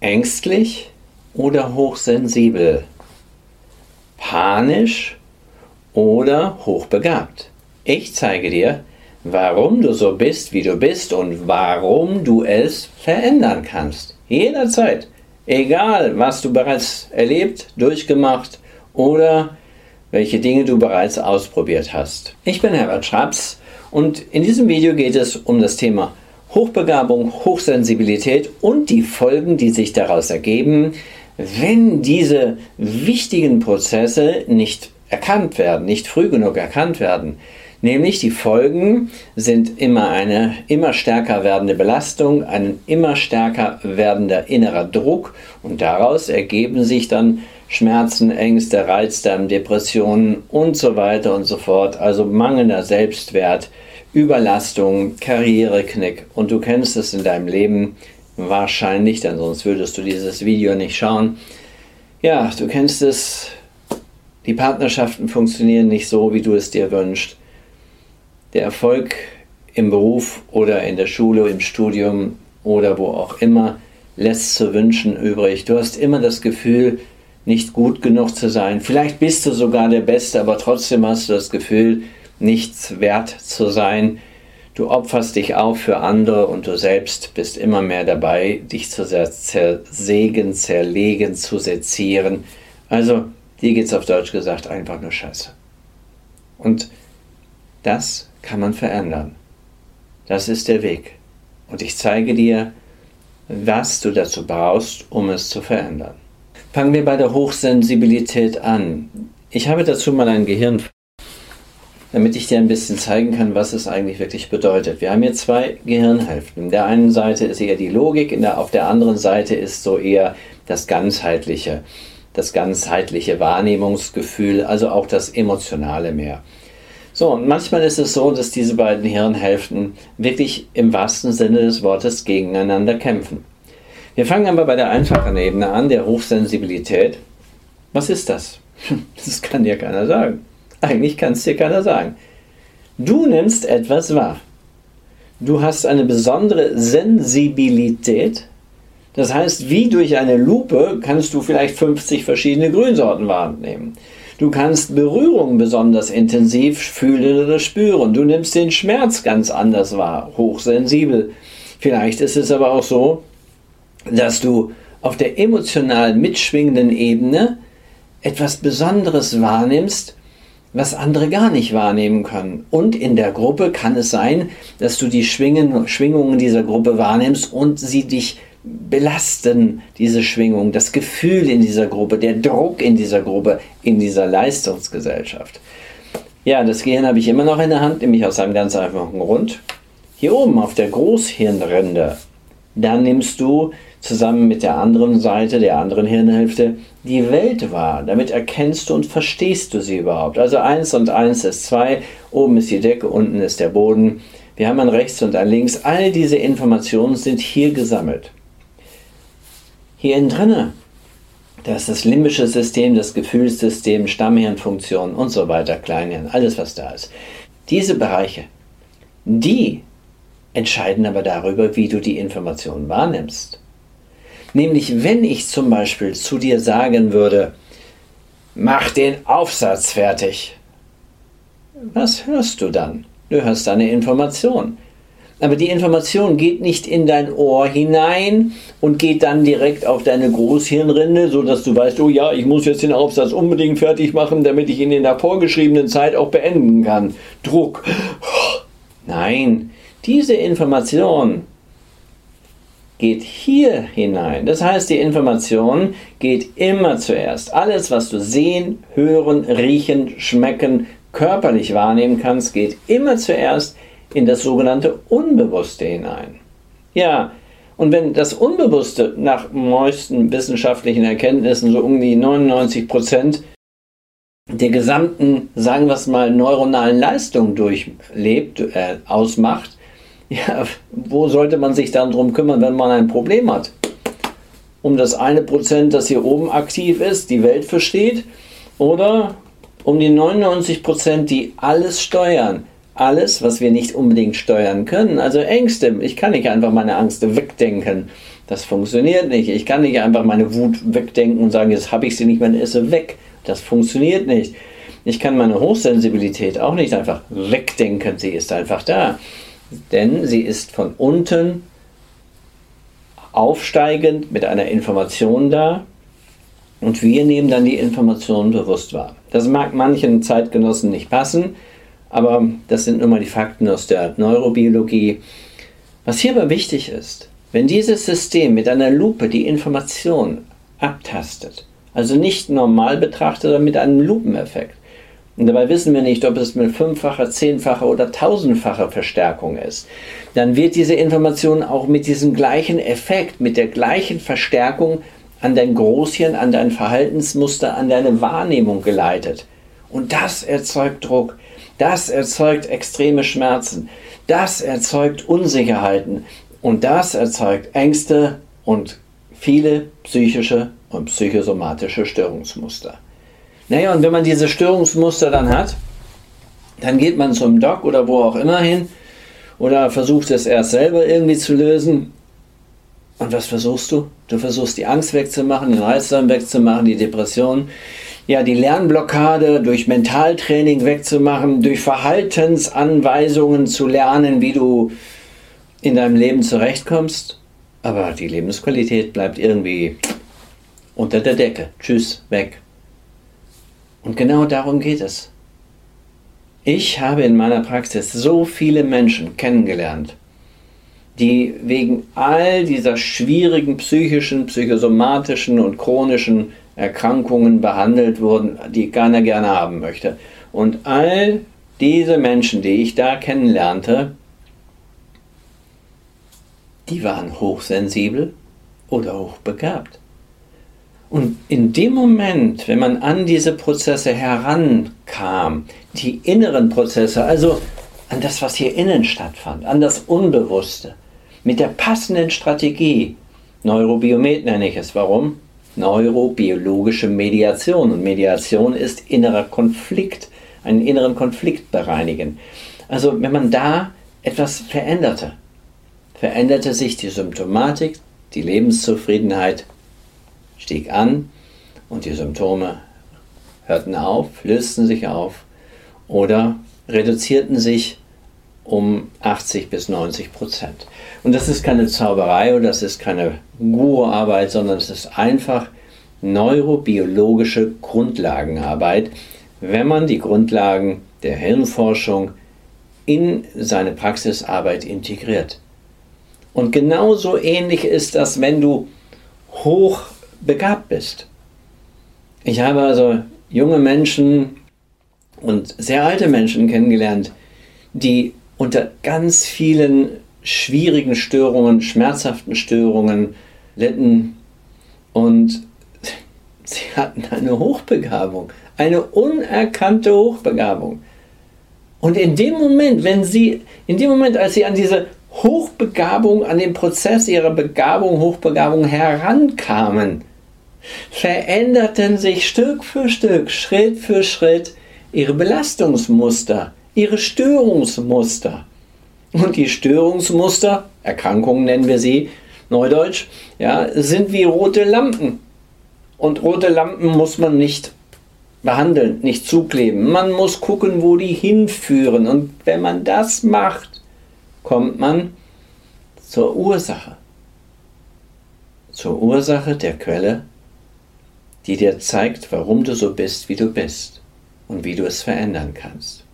Ängstlich oder hochsensibel? Panisch oder hochbegabt? Ich zeige dir, warum du so bist, wie du bist und warum du es verändern kannst. Jederzeit. Egal, was du bereits erlebt, durchgemacht oder welche Dinge du bereits ausprobiert hast. Ich bin Herbert Schraps und in diesem Video geht es um das Thema Hochbegabung, Hochsensibilität und die Folgen, die sich daraus ergeben, wenn diese wichtigen Prozesse nicht erkannt werden, nicht früh genug erkannt werden. Nämlich die Folgen sind immer eine immer stärker werdende Belastung, ein immer stärker werdender innerer Druck und daraus ergeben sich dann Schmerzen, Ängste, Reizdarm, Depressionen und so weiter und so fort. Also mangelnder Selbstwert, Überlastung, Karriereknick und du kennst es in deinem Leben wahrscheinlich, denn sonst würdest du dieses Video nicht schauen. Ja, du kennst es, die Partnerschaften funktionieren nicht so, wie du es dir wünschst. Der Erfolg im Beruf oder in der Schule, im Studium oder wo auch immer lässt zu wünschen übrig. Du hast immer das Gefühl, nicht gut genug zu sein. Vielleicht bist du sogar der Beste, aber trotzdem hast du das Gefühl, nichts wert zu sein. Du opferst dich auf für andere und du selbst bist immer mehr dabei, dich zu zersägen, zerlegen, zu sezieren. Also, dir geht es auf Deutsch gesagt einfach nur scheiße. Und das kann man verändern. Das ist der Weg. Und ich zeige dir, was du dazu brauchst, um es zu verändern. Fangen wir bei der Hochsensibilität an. Ich habe dazu mal ein Gehirn, damit ich dir ein bisschen zeigen kann, was es eigentlich wirklich bedeutet. Wir haben hier zwei Gehirnhälften. In der einen Seite ist eher die Logik, auf der anderen Seite ist so eher das ganzheitliche Wahrnehmungsgefühl, also auch das Emotionale mehr. So, und manchmal ist es so, dass diese beiden Hirnhälften wirklich im wahrsten Sinne des Wortes gegeneinander kämpfen. Wir fangen aber bei der einfachen Ebene an, der Hochsensibilität. Was ist das? Das kann dir keiner sagen. Eigentlich kann es dir keiner sagen. Du nimmst etwas wahr. Du hast eine besondere Sensibilität. Das heißt, wie durch eine Lupe kannst du vielleicht 50 verschiedene Grünsorten wahrnehmen. Du kannst Berührung besonders intensiv fühlen oder spüren. Du nimmst den Schmerz ganz anders wahr, hochsensibel. Vielleicht ist es aber auch so, dass du auf der emotional mitschwingenden Ebene etwas Besonderes wahrnimmst, was andere gar nicht wahrnehmen können. Und in der Gruppe kann es sein, dass du die Schwingungen dieser Gruppe wahrnimmst und sie dich belasten, diese Schwingung, das Gefühl in dieser Gruppe, der Druck in dieser Gruppe, in dieser Leistungsgesellschaft. Ja, das Gehirn habe ich immer noch in der Hand, nämlich aus einem ganz einfachen Grund. Hier oben auf der Großhirnrinde, da nimmst du zusammen mit der anderen Seite, der anderen Hirnhälfte, die Welt wahr. Damit erkennst du und verstehst du sie überhaupt. Also 1 und 1 ist 2, oben ist die Decke, unten ist der Boden. Wir haben ein rechts und ein links. All diese Informationen sind hier gesammelt. Hier innen drinne, das ist das limbische System, das Gefühlssystem, Stammhirnfunktion und so weiter, Kleinhirn, alles was da ist. Diese Bereiche, die entscheiden aber darüber, wie du die Informationen wahrnimmst. Nämlich, wenn ich zum Beispiel zu dir sagen würde, mach den Aufsatz fertig. Was hörst du dann? Du hörst eine Information. Aber die Information geht nicht in dein Ohr hinein und geht dann direkt auf deine Großhirnrinde, sodass du weißt, oh ja, ich muss jetzt den Aufsatz unbedingt fertig machen, damit ich ihn in der vorgeschriebenen Zeit auch beenden kann. Druck. Nein, diese Information geht hier hinein. Das heißt, die Information geht immer zuerst. Alles, was du sehen, hören, riechen, schmecken, körperlich wahrnehmen kannst, geht immer zuerst in das sogenannte Unbewusste hinein. Ja, und wenn das Unbewusste nach neuesten wissenschaftlichen Erkenntnissen so um die 99% der gesamten, sagen wir es mal, neuronalen Leistung ausmacht, ja, wo sollte man sich dann drum kümmern, wenn man ein Problem hat? Um das 1%, das hier oben aktiv ist, die Welt versteht, oder um die 99%, die alles steuern? Alles, was wir nicht unbedingt steuern können, also Ängste. Ich kann nicht einfach meine Angst wegdenken. Das funktioniert nicht. Ich kann nicht einfach meine Wut wegdenken und sagen, jetzt habe ich sie nicht mehr, ist sie weg. Das funktioniert nicht. Ich kann meine Hochsensibilität auch nicht einfach wegdenken. Sie ist einfach da. Denn sie ist von unten aufsteigend mit einer Information da. Und wir nehmen dann die Information bewusst wahr. Das mag manchen Zeitgenossen nicht passen, aber das sind nun mal die Fakten aus der Neurobiologie. Was hier aber wichtig ist, wenn dieses System mit einer Lupe die Information abtastet, also nicht normal betrachtet, sondern mit einem Lupeneffekt, und dabei wissen wir nicht, ob es mit 5-facher, 10-facher oder 1000-facher Verstärkung ist, dann wird diese Information auch mit diesem gleichen Effekt, mit der gleichen Verstärkung an dein Großhirn, an dein Verhaltensmuster, an deine Wahrnehmung geleitet. Und das erzeugt Druck, das erzeugt extreme Schmerzen, das erzeugt Unsicherheiten und das erzeugt Ängste und viele psychische und psychosomatische Störungsmuster. Naja, und wenn man diese Störungsmuster dann hat, dann geht man zum Doc oder wo auch immer hin oder versucht es erst selber irgendwie zu lösen. Und was versuchst du? Du versuchst die Angst wegzumachen, den Reizdarm wegzumachen, die Depression, ja, die Lernblockade durch Mentaltraining wegzumachen, durch Verhaltensanweisungen zu lernen, wie du in deinem Leben zurechtkommst. Aber die Lebensqualität bleibt irgendwie unter der Decke. Tschüss, weg. Und genau darum geht es. Ich habe in meiner Praxis so viele Menschen kennengelernt, die wegen all dieser schwierigen psychischen, psychosomatischen und chronischen Erkrankungen behandelt wurden, die keiner gerne haben möchte. Und all diese Menschen, die ich da kennenlernte, die waren hochsensibel oder hochbegabt. Und in dem Moment, wenn man an diese Prozesse herankam, die inneren Prozesse, also an das, was hier innen stattfand, an das Unbewusste, mit der passenden Strategie, Neurobiomet nenne ich es. Warum? Neurobiologische Mediation. Und Mediation ist innerer Konflikt, einen inneren Konflikt bereinigen. Also wenn man da etwas veränderte sich die Symptomatik, die Lebenszufriedenheit stieg an und die Symptome hörten auf, lösten sich auf oder reduzierten sich um 80-90%. Und das ist keine Zauberei und das ist keine Guru-Arbeit, sondern es ist einfach neurobiologische Grundlagenarbeit, wenn man die Grundlagen der Hirnforschung in seine Praxisarbeit integriert. Und genauso ähnlich ist das, wenn du hochbegabt bist. Ich habe also junge Menschen und sehr alte Menschen kennengelernt, die unter ganz vielen schwierigen Störungen, schmerzhaften Störungen litten und sie hatten eine Hochbegabung, eine unerkannte Hochbegabung. Und in dem Moment, als sie an diese Hochbegabung, an den Prozess ihrer Begabung, Hochbegabung herankamen, veränderten sich Stück für Stück, Schritt für Schritt ihre Belastungsmuster, ihre Störungsmuster. Und die Störungsmuster, Erkrankungen nennen wir sie, Neudeutsch, ja, sind wie rote Lampen. Und rote Lampen muss man nicht behandeln, nicht zukleben. Man muss gucken, wo die hinführen. Und wenn man das macht, kommt man zur Ursache. Zur Ursache der Quelle, die dir zeigt, warum du so bist, wie du bist und wie du es verändern kannst.